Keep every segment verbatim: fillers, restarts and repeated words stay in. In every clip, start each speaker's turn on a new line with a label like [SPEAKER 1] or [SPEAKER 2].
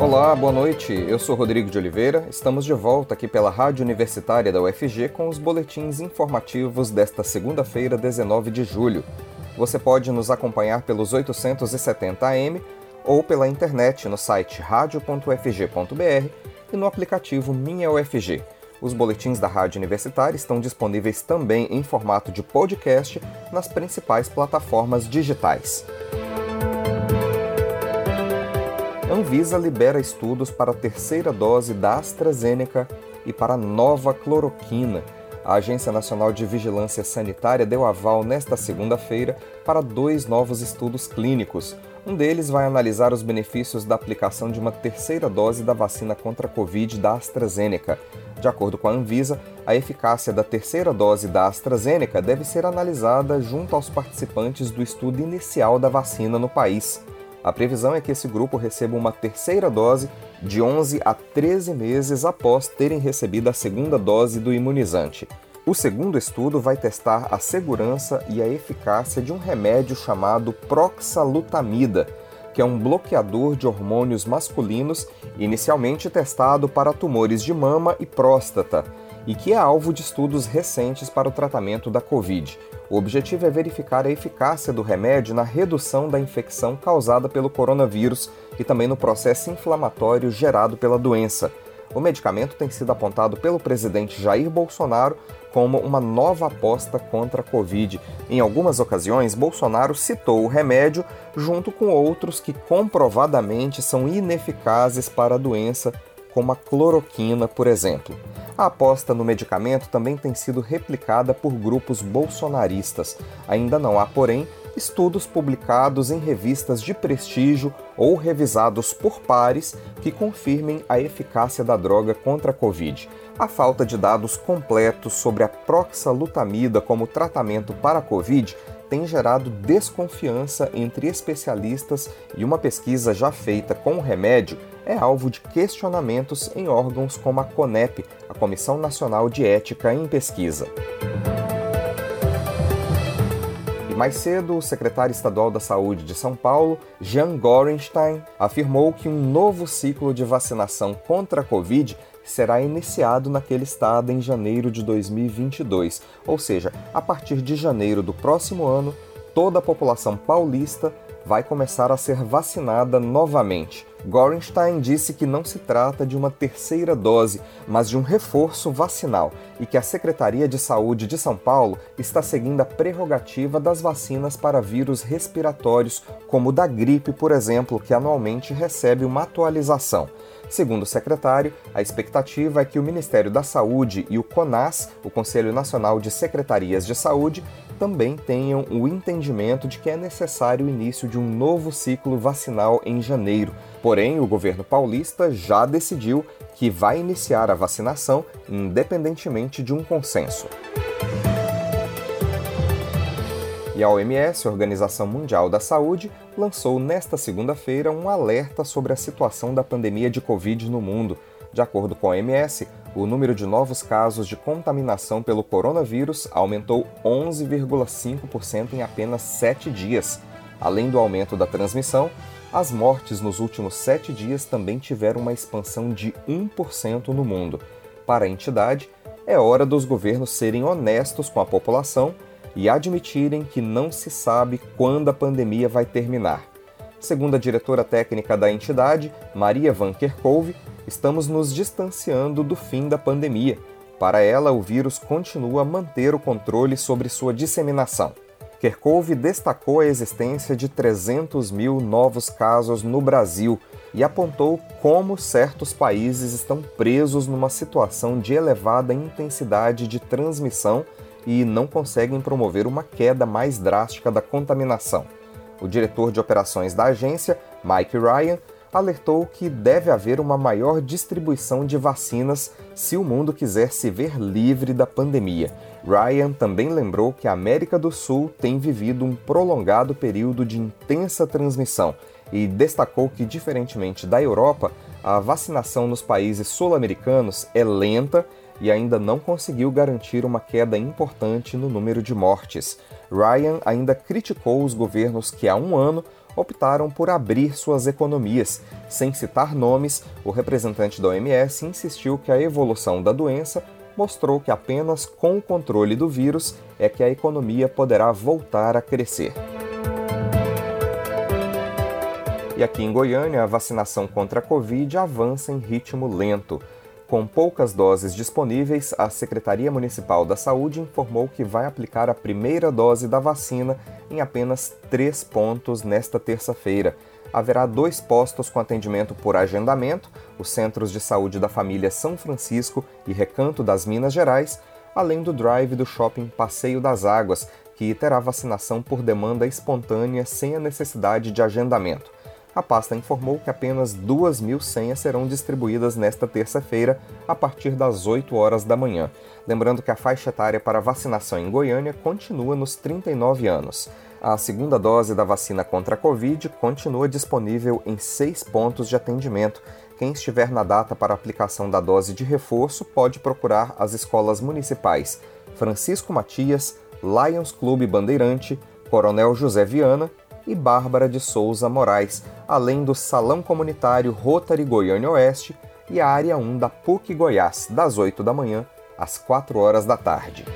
[SPEAKER 1] Olá, boa noite. Eu sou Rodrigo de Oliveira. Estamos de volta aqui pela Rádio Universitária da U F G com os boletins informativos desta segunda-feira, dezenove de julho. Você pode nos acompanhar pelos oitocentos e setenta A M ou pela internet no site radio ponto u f g ponto b r e no aplicativo Minha U F G. Os boletins da Rádio Universitária estão disponíveis também em formato de podcast nas principais plataformas digitais. Anvisa libera estudos para a terceira dose da AstraZeneca e para a nova cloroquina. A Agência Nacional de Vigilância Sanitária deu aval nesta segunda-feira para dois novos estudos clínicos. Um deles vai analisar os benefícios da aplicação de uma terceira dose da vacina contra a Covid da AstraZeneca. De acordo com a Anvisa, a eficácia da terceira dose da AstraZeneca deve ser analisada junto aos participantes do estudo inicial da vacina no país. A previsão é que esse grupo receba uma terceira dose de onze a treze meses após terem recebido a segunda dose do imunizante. O segundo estudo vai testar a segurança e a eficácia de um remédio chamado proxalutamida, que é um bloqueador de hormônios masculinos inicialmente testado para tumores de mama e próstata, e que é alvo de estudos recentes para o tratamento da Covid. O objetivo é verificar a eficácia do remédio na redução da infecção causada pelo coronavírus e também no processo inflamatório gerado pela doença. O medicamento tem sido apontado pelo presidente Jair Bolsonaro como uma nova aposta contra a Covid. Em algumas ocasiões, Bolsonaro citou o remédio junto com outros que comprovadamente são ineficazes para a doença, como a cloroquina, por exemplo. A aposta no medicamento também tem sido replicada por grupos bolsonaristas. Ainda não há, porém, estudos publicados em revistas de prestígio ou revisados por pares que confirmem a eficácia da droga contra a Covid. A falta de dados completos sobre a proxalutamida como tratamento para a Covid tem gerado desconfiança entre especialistas e uma pesquisa já feita com o remédio é alvo de questionamentos em órgãos como a CONEP, a Comissão Nacional de Ética em Pesquisa. E mais cedo, o secretário estadual da Saúde de São Paulo, Jean Gorenstein, afirmou que um novo ciclo de vacinação contra a Covid será iniciado naquele estado em janeiro de dois mil e vinte e dois, ou seja, a partir de janeiro do próximo ano, toda a população paulista vai começar a ser vacinada novamente. Gorenstein disse que não se trata de uma terceira dose, mas de um reforço vacinal e que a Secretaria de Saúde de São Paulo está seguindo a prerrogativa das vacinas para vírus respiratórios, como o da gripe, por exemplo, que anualmente recebe uma atualização. Segundo o secretário, a expectativa é que o Ministério da Saúde e o CONAS, o Conselho Nacional de Secretarias de Saúde, também tenham o entendimento de que é necessário o início de um novo ciclo vacinal em janeiro. Porém, o governo paulista já decidiu que vai iniciar a vacinação independentemente de um consenso. E a O M S, Organização Mundial da Saúde, lançou nesta segunda-feira um alerta sobre a situação da pandemia de Covid no mundo. De acordo com a O M S, o número de novos casos de contaminação pelo coronavírus aumentou onze vírgula cinco por cento em apenas sete dias. Além do aumento da transmissão, as mortes nos últimos sete dias também tiveram uma expansão de um por cento no mundo. Para a entidade, é hora dos governos serem honestos com a população e admitirem que não se sabe quando a pandemia vai terminar. Segundo a diretora técnica da entidade, Maria Van Kerkhove, estamos nos distanciando do fim da pandemia. Para ela, o vírus continua a manter o controle sobre sua disseminação. Kerkhove destacou a existência de trezentos mil novos casos no Brasil e apontou como certos países estão presos numa situação de elevada intensidade de transmissão e não conseguem promover uma queda mais drástica da contaminação. O diretor de operações da agência, Mike Ryan, alertou que deve haver uma maior distribuição de vacinas se o mundo quiser se ver livre da pandemia. Ryan também lembrou que a América do Sul tem vivido um prolongado período de intensa transmissão e destacou que, diferentemente da Europa, a vacinação nos países sul-americanos é lenta e ainda não conseguiu garantir uma queda importante no número de mortes. Ryan ainda criticou os governos que há um ano optaram por abrir suas economias. Sem citar nomes, o representante da O M S insistiu que a evolução da doença mostrou que apenas com o controle do vírus é que a economia poderá voltar a crescer. E aqui em Goiânia, a vacinação contra a Covid avança em ritmo lento. Com poucas doses disponíveis, a Secretaria Municipal da Saúde informou que vai aplicar a primeira dose da vacina em apenas três pontos nesta terça-feira. Haverá dois postos com atendimento por agendamento, os Centros de Saúde da Família São Francisco e Recanto das Minas Gerais, além do drive do Shopping Passeio das Águas, que terá vacinação por demanda espontânea sem a necessidade de agendamento. A pasta informou que apenas duas mil senhas serão distribuídas nesta terça-feira, a partir das oito horas da manhã. Lembrando que a faixa etária para vacinação em Goiânia continua nos trinta e nove anos. A segunda dose da vacina contra a Covid continua disponível em seis pontos de atendimento. Quem estiver na data para aplicação da dose de reforço pode procurar as escolas municipais Francisco Matias, Lions Clube Bandeirante, Coronel José Viana e Bárbara de Souza Moraes, além do Salão Comunitário Rotary Goiânia Oeste e a Área um da P U C Goiás, das oito da manhã às quatro horas da tarde.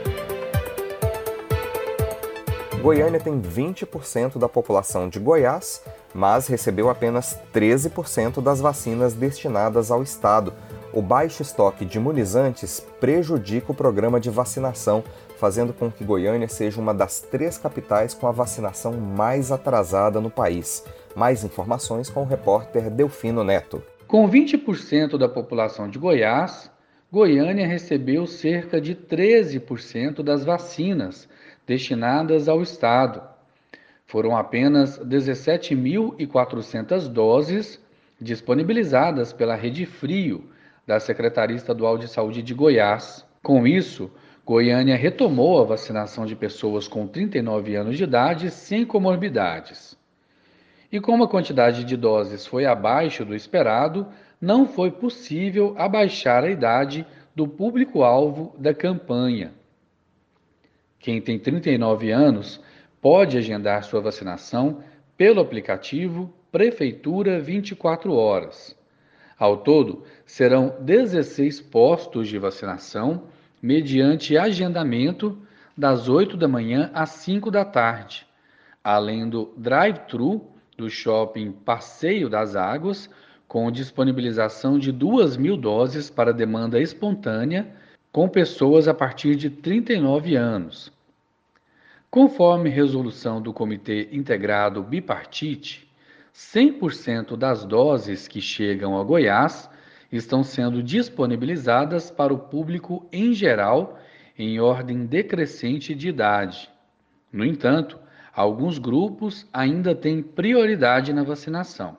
[SPEAKER 1] Goiânia tem vinte por cento da população de Goiás, mas recebeu apenas treze por cento das vacinas destinadas ao estado. O baixo estoque de imunizantes prejudica o programa de vacinação, fazendo com que Goiânia seja uma das três capitais com a vacinação mais atrasada no país. Mais informações com o repórter Delfino Neto.
[SPEAKER 2] Com vinte por cento da população de Goiás, Goiânia recebeu cerca de treze por cento das vacinas destinadas ao estado. Foram apenas dezessete mil e quatrocentas doses disponibilizadas pela Rede Frio, da Secretaria Estadual de Saúde de Goiás. Com isso, Goiânia retomou a vacinação de pessoas com trinta e nove anos de idade sem comorbidades. E como a quantidade de doses foi abaixo do esperado, não foi possível abaixar a idade do público-alvo da campanha. Quem tem trinta e nove anos pode agendar sua vacinação pelo aplicativo Prefeitura vinte e quatro horas. Ao todo, serão dezesseis postos de vacinação mediante agendamento das oito da manhã às cinco da tarde, além do drive-thru do Shopping Passeio das Águas, com disponibilização de duas mil doses para demanda espontânea, com pessoas a partir de trinta e nove anos. Conforme resolução do Comitê Integrado Bipartite, cem por cento das doses que chegam a Goiás estão sendo disponibilizadas para o público em geral, em ordem decrescente de idade. No entanto, alguns grupos ainda têm prioridade na vacinação.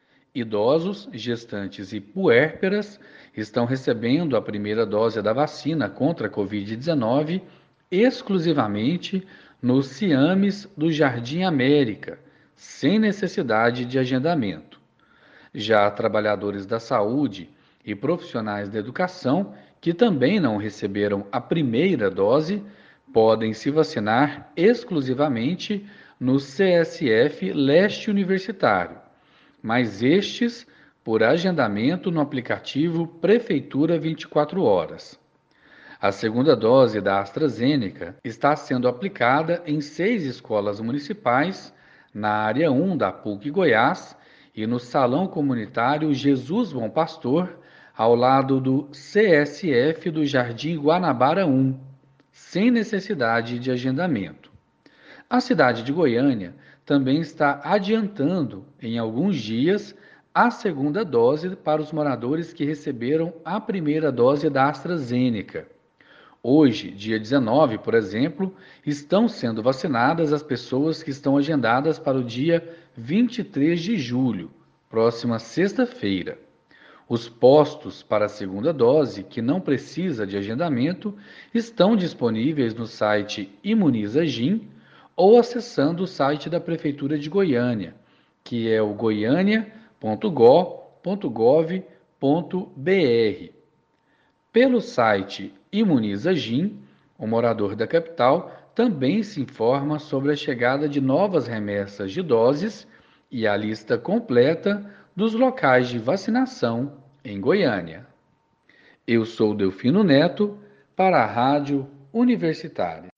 [SPEAKER 2] Idosos, gestantes e puérperas estão recebendo a primeira dose da vacina contra a covid dezenove exclusivamente nos CIAMES do Jardim América, sem necessidade de agendamento. Já trabalhadores da saúde e profissionais da educação, que também não receberam a primeira dose, podem se vacinar exclusivamente no C S F Leste Universitário, mas estes por agendamento no aplicativo Prefeitura vinte e quatro horas. A segunda dose da AstraZeneca está sendo aplicada em seis escolas municipais, na área um da P U C Goiás e no Salão Comunitário Jesus Bom Pastor, ao lado do C S F do Jardim Guanabara um, sem necessidade de agendamento. A cidade de Goiânia também está adiantando, em alguns dias, a segunda dose para os moradores que receberam a primeira dose da AstraZeneca. Hoje, dia dezenove, por exemplo, estão sendo vacinadas as pessoas que estão agendadas para o dia vinte e três de julho, próxima sexta-feira. Os postos para a segunda dose, que não precisa de agendamento, estão disponíveis no site Imunizagin ou acessando o site da Prefeitura de Goiânia, que é o goiania ponto go ponto gov ponto br. Pelo site Imunizagin, o morador da capital também se informa sobre a chegada de novas remessas de doses e a lista completa dos locais de vacinação em Goiânia. Eu sou Delfino Neto, para a Rádio Universitária.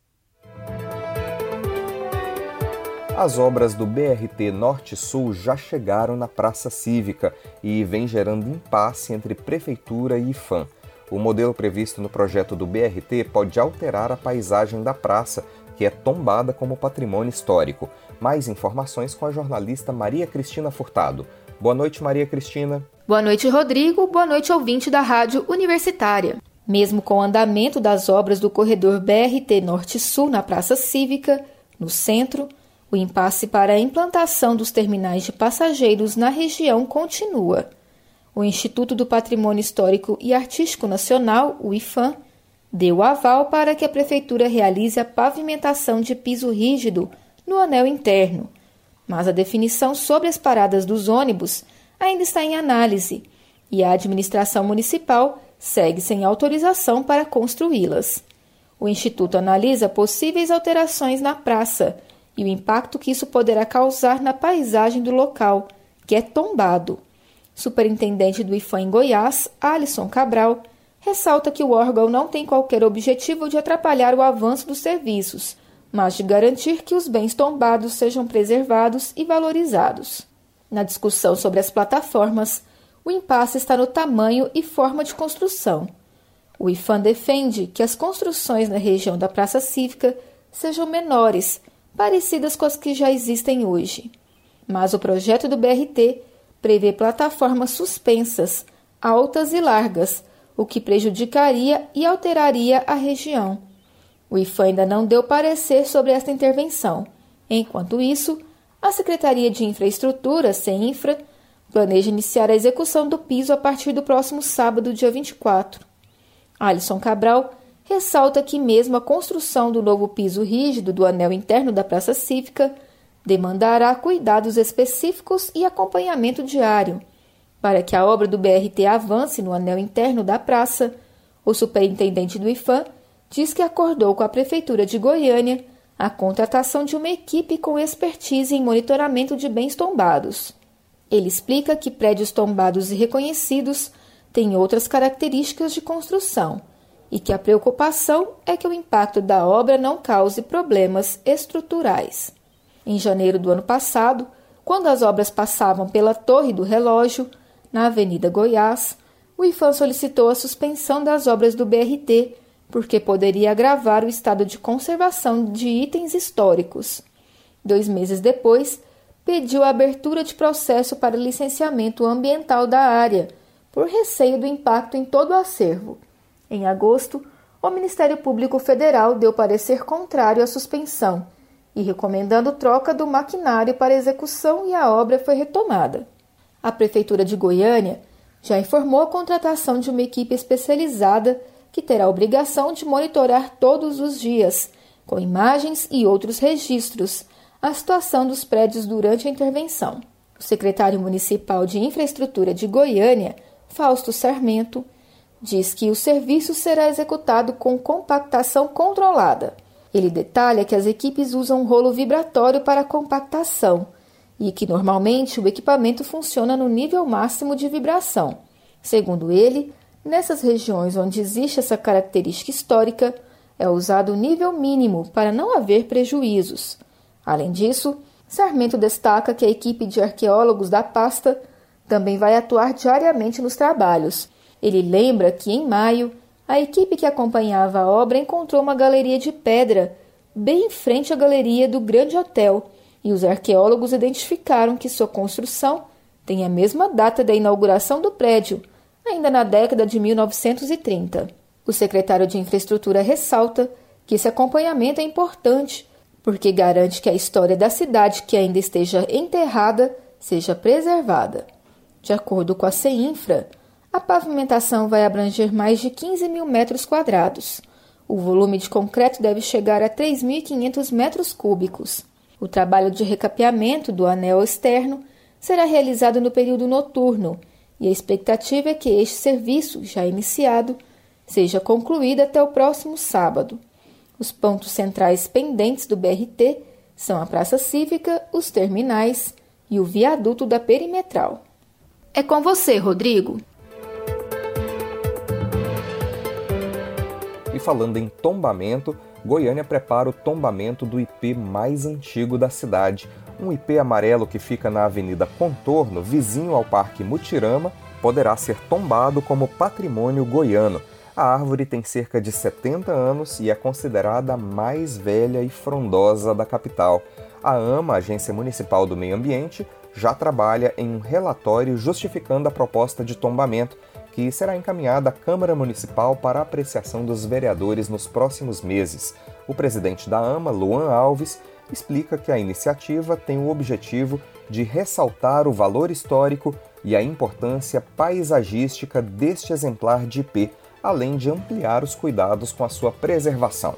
[SPEAKER 1] As obras do B R T Norte-Sul já chegaram na Praça Cívica e vem gerando impasse entre Prefeitura e IPHAN. O modelo previsto no projeto do B R T pode alterar a paisagem da praça, que é tombada como patrimônio histórico. Mais informações com a jornalista Maria Cristina Furtado. Boa noite, Maria Cristina.
[SPEAKER 3] Boa noite, Rodrigo. Boa noite, ouvinte da Rádio Universitária. Mesmo com o andamento das obras do corredor B R T Norte-Sul na Praça Cívica, no centro, o impasse para a implantação dos terminais de passageiros na região continua. O Instituto do Patrimônio Histórico e Artístico Nacional, o IPHAN, deu aval para que a Prefeitura realize a pavimentação de piso rígido no anel interno, mas a definição sobre as paradas dos ônibus ainda está em análise e a administração municipal segue sem autorização para construí-las. O Instituto analisa possíveis alterações na praça e o impacto que isso poderá causar na paisagem do local, que é tombado. Superintendente do IPHAN em Goiás, Alisson Cabral, ressalta que o órgão não tem qualquer objetivo de atrapalhar o avanço dos serviços, mas de garantir que os bens tombados sejam preservados e valorizados. Na discussão sobre as plataformas, o impasse está no tamanho e forma de construção. O IPHAN defende que as construções na região da Praça Cívica sejam menores, parecidas com as que já existem hoje. Mas o projeto do B R T prevê plataformas suspensas, altas e largas, o que prejudicaria e alteraria a região. O IPHAN ainda não deu parecer sobre esta intervenção. Enquanto isso, a Secretaria de Infraestrutura, CEINFRA, planeja iniciar a execução do piso a partir do próximo sábado, dia vinte e quatro. Alisson Cabral ressalta que mesmo a construção do novo piso rígido do anel interno da Praça Cívica demandará cuidados específicos e acompanhamento diário. Para que a obra do B R T avance no anel interno da praça, o superintendente do IPHAN diz que acordou com a Prefeitura de Goiânia a contratação de uma equipe com expertise em monitoramento de bens tombados. Ele explica que prédios tombados e reconhecidos têm outras características de construção e que a preocupação é que o impacto da obra não cause problemas estruturais. Em janeiro do ano passado, quando as obras passavam pela Torre do Relógio, na Avenida Goiás, o IPHAN solicitou a suspensão das obras do B R T, porque poderia agravar o estado de conservação de itens históricos. Dois meses depois, pediu a abertura de processo para licenciamento ambiental da área, por receio do impacto em todo o acervo. Em agosto, o Ministério Público Federal deu parecer contrário à suspensão e recomendando troca do maquinário para execução, e a obra foi retomada. A Prefeitura de Goiânia já informou a contratação de uma equipe especializada que terá a obrigação de monitorar todos os dias, com imagens e outros registros, a situação dos prédios durante a intervenção. O secretário municipal de Infraestrutura de Goiânia, Fausto Sarmento, diz que o serviço será executado com compactação controlada. Ele detalha que as equipes usam um rolo vibratório para a compactação e que, normalmente, o equipamento funciona no nível máximo de vibração. Segundo ele, nessas regiões onde existe essa característica histórica, é usado o nível mínimo para não haver prejuízos. Além disso, Sarmento destaca que a equipe de arqueólogos da pasta também vai atuar diariamente nos trabalhos. Ele lembra que, em maio, a equipe que acompanhava a obra encontrou uma galeria de pedra bem em frente à galeria do Grande Hotel, e os arqueólogos identificaram que sua construção tem a mesma data da inauguração do prédio, ainda na década de mil novecentos e trinta. O secretário de Infraestrutura ressalta que esse acompanhamento é importante, porque garante que a história da cidade que ainda esteja enterrada seja preservada. De acordo com a CEINFRA, a pavimentação vai abranger mais de quinze mil metros quadrados. O volume de concreto deve chegar a três mil e quinhentos metros cúbicos. O trabalho de recapeamento do anel externo será realizado no período noturno, e a expectativa é que este serviço, já iniciado, seja concluído até o próximo sábado. Os pontos centrais pendentes do B R T são a Praça Cívica, os terminais e o viaduto da Perimetral. É com você, Rodrigo.
[SPEAKER 1] E falando em tombamento, Goiânia prepara o tombamento do I P mais antigo da cidade. Um I P amarelo que fica na Avenida Contorno, vizinho ao Parque Mutirama, poderá ser tombado como patrimônio goiano. A árvore tem cerca de setenta anos e é considerada a mais velha e frondosa da capital. A AMA, Agência Municipal do Meio Ambiente, já trabalha em um relatório justificando a proposta de tombamento, que será encaminhada à Câmara Municipal para apreciação dos vereadores nos próximos meses. O presidente da AMA, Luan Alves, explica que a iniciativa tem o objetivo de ressaltar o valor histórico e a importância paisagística deste exemplar de I P, além de ampliar os cuidados com a sua preservação.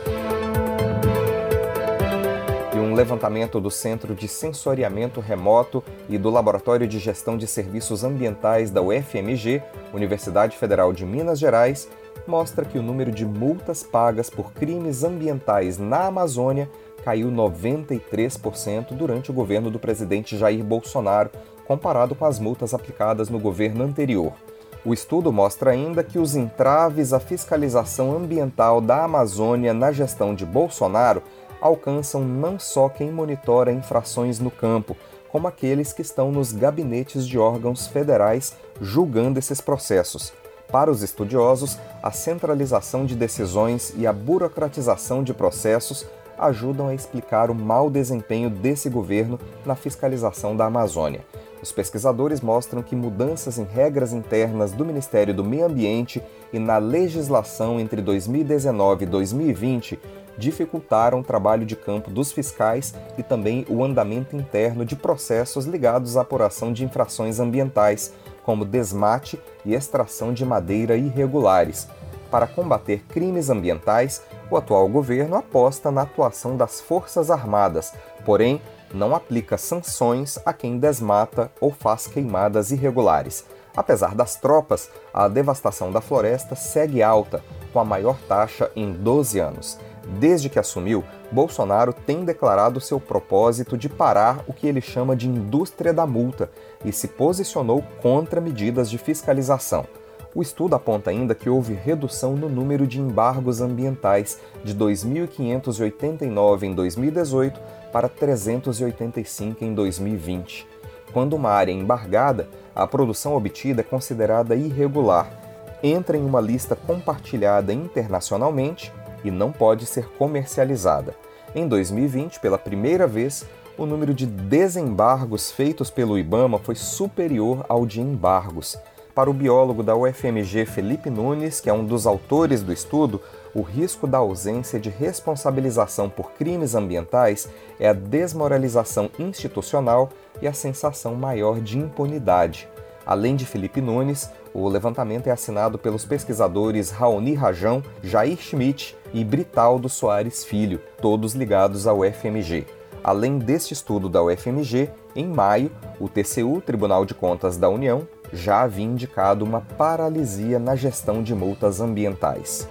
[SPEAKER 1] Um levantamento do Centro de Sensoriamento Remoto e do Laboratório de Gestão de Serviços Ambientais da U F M G, Universidade Federal de Minas Gerais, mostra que o número de multas pagas por crimes ambientais na Amazônia caiu noventa e três por cento durante o governo do presidente Jair Bolsonaro, comparado com as multas aplicadas no governo anterior. O estudo mostra ainda que os entraves à fiscalização ambiental da Amazônia na gestão de Bolsonaro alcançam não só quem monitora infrações no campo, como aqueles que estão nos gabinetes de órgãos federais julgando esses processos. Para os estudiosos, a centralização de decisões e a burocratização de processos ajudam a explicar o mau desempenho desse governo na fiscalização da Amazônia. Os pesquisadores mostram que mudanças em regras internas do Ministério do Meio Ambiente e na legislação entre dois mil e dezenove e dois mil e vinte dificultaram o trabalho de campo dos fiscais e também o andamento interno de processos ligados à apuração de infrações ambientais, como desmate e extração de madeira irregulares. Para combater crimes ambientais, o atual governo aposta na atuação das Forças Armadas, porém não aplica sanções a quem desmata ou faz queimadas irregulares. Apesar das tropas, a devastação da floresta segue alta, com a maior taxa em doze anos. Desde que assumiu, Bolsonaro tem declarado seu propósito de parar o que ele chama de indústria da multa e se posicionou contra medidas de fiscalização. O estudo aponta ainda que houve redução no número de embargos ambientais, de dois mil quinhentos e oitenta e nove em dois mil e dezoito para trezentos e oitenta e cinco em dois mil e vinte. Quando uma área é embargada, a produção obtida é considerada irregular, entra em uma lista compartilhada internacionalmente e não pode ser comercializada. Em dois mil e vinte, pela primeira vez, o número de desembargos feitos pelo IBAMA foi superior ao de embargos. Para o biólogo da U F M G, Felipe Nunes, que é um dos autores do estudo, o risco da ausência de responsabilização por crimes ambientais é a desmoralização institucional e a sensação maior de impunidade. Além de Felipe Nunes, o levantamento é assinado pelos pesquisadores Raoni Rajão, Jair Schmidt e Britaldo Soares Filho, todos ligados à U F M G. Além deste estudo da U F M G, em maio, o T C U, Tribunal de Contas da União, já havia indicado uma paralisia na gestão de multas ambientais.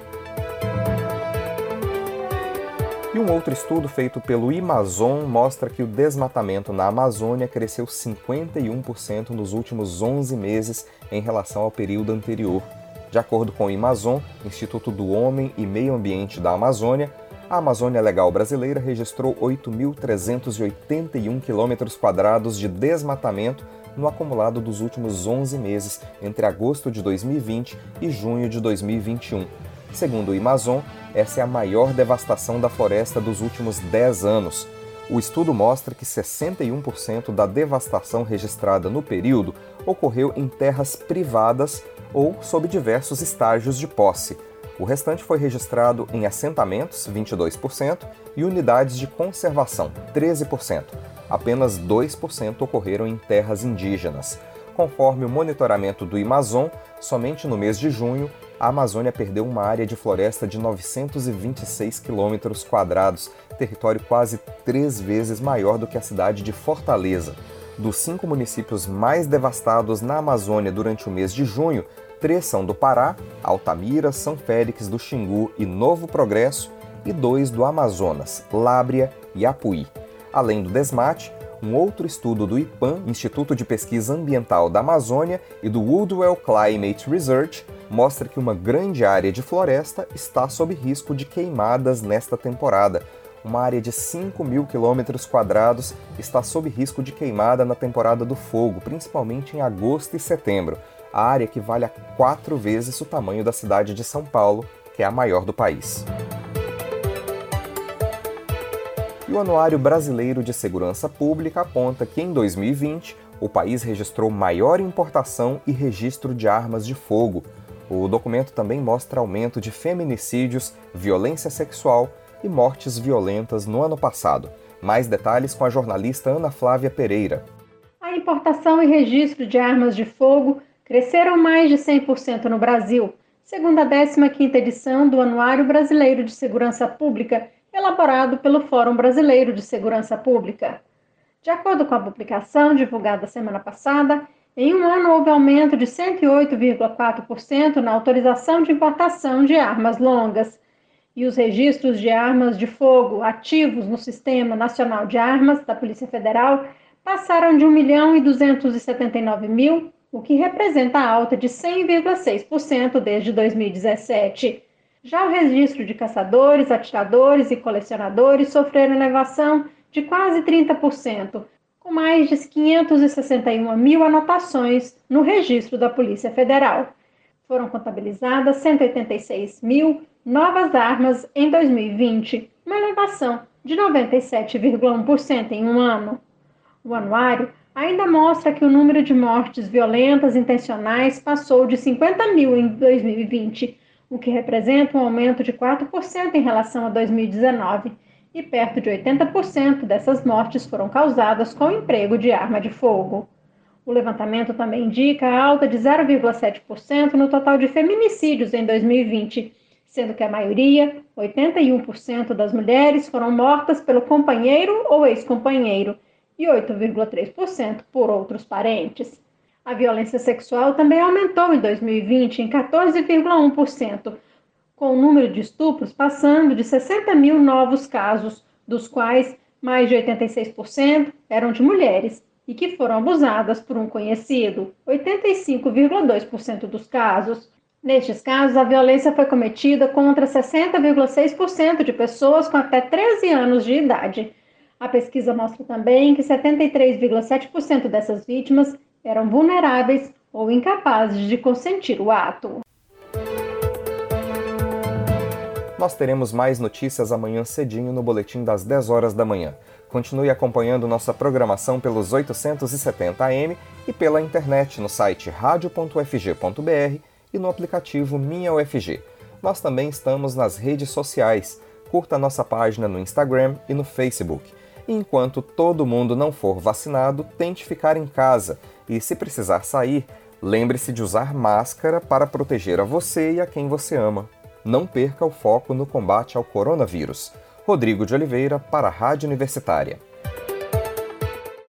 [SPEAKER 1] E um outro estudo feito pelo Amazon mostra que o desmatamento na Amazônia cresceu cinquenta e um por cento nos últimos onze meses em relação ao período anterior. De acordo com o Amazon, Instituto do Homem e Meio Ambiente da Amazônia, a Amazônia Legal brasileira registrou oito mil trezentos e oitenta e um quilômetros quadrados de desmatamento no acumulado dos últimos onze meses, entre agosto de dois mil e vinte e junho de dois mil e vinte e um. Segundo o Amazon, essa é a maior devastação da floresta dos últimos dez anos. O estudo mostra que sessenta e um por cento da devastação registrada no período ocorreu em terras privadas ou sob diversos estágios de posse. O restante foi registrado em assentamentos, vinte e dois por cento, e unidades de conservação, treze por cento. Apenas dois por cento ocorreram em terras indígenas. Conforme o monitoramento do Amazon, somente no mês de junho, a Amazônia perdeu uma área de floresta de novecentos e vinte e seis quilômetros quadrados, território quase três vezes maior do que a cidade de Fortaleza. Dos cinco municípios mais devastados na Amazônia durante o mês de junho, três são do Pará, Altamira, São Félix do Xingu e Novo Progresso, e dois do Amazonas, Lábrea e Apuí. Além do desmate, um outro estudo do IPAM, Instituto de Pesquisa Ambiental da Amazônia, e do Woodwell Climate Research, mostra que uma grande área de floresta está sob risco de queimadas nesta temporada. Uma área de cinco mil quilômetros quadrados está sob risco de queimada na temporada do fogo, principalmente em agosto e setembro. A área que vale a quatro vezes o tamanho da cidade de São Paulo, que é a maior do país. E o Anuário Brasileiro de Segurança Pública aponta que, em dois mil e vinte, o país registrou maior importação e registro de armas de fogo. O documento também mostra aumento de feminicídios, violência sexual e mortes violentas no ano passado. Mais detalhes com a jornalista Ana Flávia Pereira.
[SPEAKER 4] A importação e registro de armas de fogo cresceram mais de cem por cento no Brasil, segundo a décima quinta edição do Anuário Brasileiro de Segurança Pública, elaborado pelo Fórum Brasileiro de Segurança Pública. De acordo com a publicação divulgada semana passada, em um ano houve aumento de cento e oito vírgula quatro por cento na autorização de importação de armas longas, e os registros de armas de fogo ativos no Sistema Nacional de Armas da Polícia Federal passaram de um milhão e duzentos e setenta e nove mil, o que representa a alta de cem vírgula seis por cento desde dois mil e dezessete. Já o registro de caçadores, atiradores e colecionadores sofreram elevação de quase trinta por cento, com mais de quinhentos e sessenta e uma mil anotações no registro da Polícia Federal. Foram contabilizadas cento e oitenta e seis mil novas armas em dois mil e vinte, uma elevação de noventa e sete vírgula um por cento em um ano. O anuário ainda mostra que o número de mortes violentas intencionais passou de cinquenta mil em dois mil e vinte, o que representa um aumento de quatro por cento em relação a dois mil e dezenove, e perto de oitenta por cento dessas mortes foram causadas com o emprego de arma de fogo. O levantamento também indica a alta de zero vírgula sete por cento no total de feminicídios em dois mil e vinte, sendo que a maioria, oitenta e um por cento das mulheres, foram mortas pelo companheiro ou ex-companheiro, e oito vírgula três por cento por outros parentes. A violência sexual também aumentou em dois mil e vinte em quatorze vírgula um por cento, com o número de estupros passando de sessenta mil novos casos, dos quais mais de oitenta e seis por cento eram de mulheres e que foram abusadas por um conhecido, oitenta e cinco vírgula dois por cento dos casos. Nestes casos, a violência foi cometida contra sessenta vírgula seis por cento de pessoas com até treze anos de idade. A pesquisa mostra também que setenta e três vírgula sete por cento dessas vítimas eram vulneráveis ou incapazes de consentir o ato.
[SPEAKER 1] Nós teremos mais notícias amanhã cedinho no boletim das dez horas da manhã. Continue acompanhando nossa programação pelos oitocentos e setenta A M e pela internet no site radio ponto u f g ponto b r e no aplicativo Minha U F G. Nós também estamos nas redes sociais. Curta nossa página no Instagram e no Facebook. E enquanto todo mundo não for vacinado, tente ficar em casa. E se precisar sair, lembre-se de usar máscara para proteger a você e a quem você ama. Não perca o foco no combate ao coronavírus. Rodrigo de Oliveira, para a Rádio Universitária.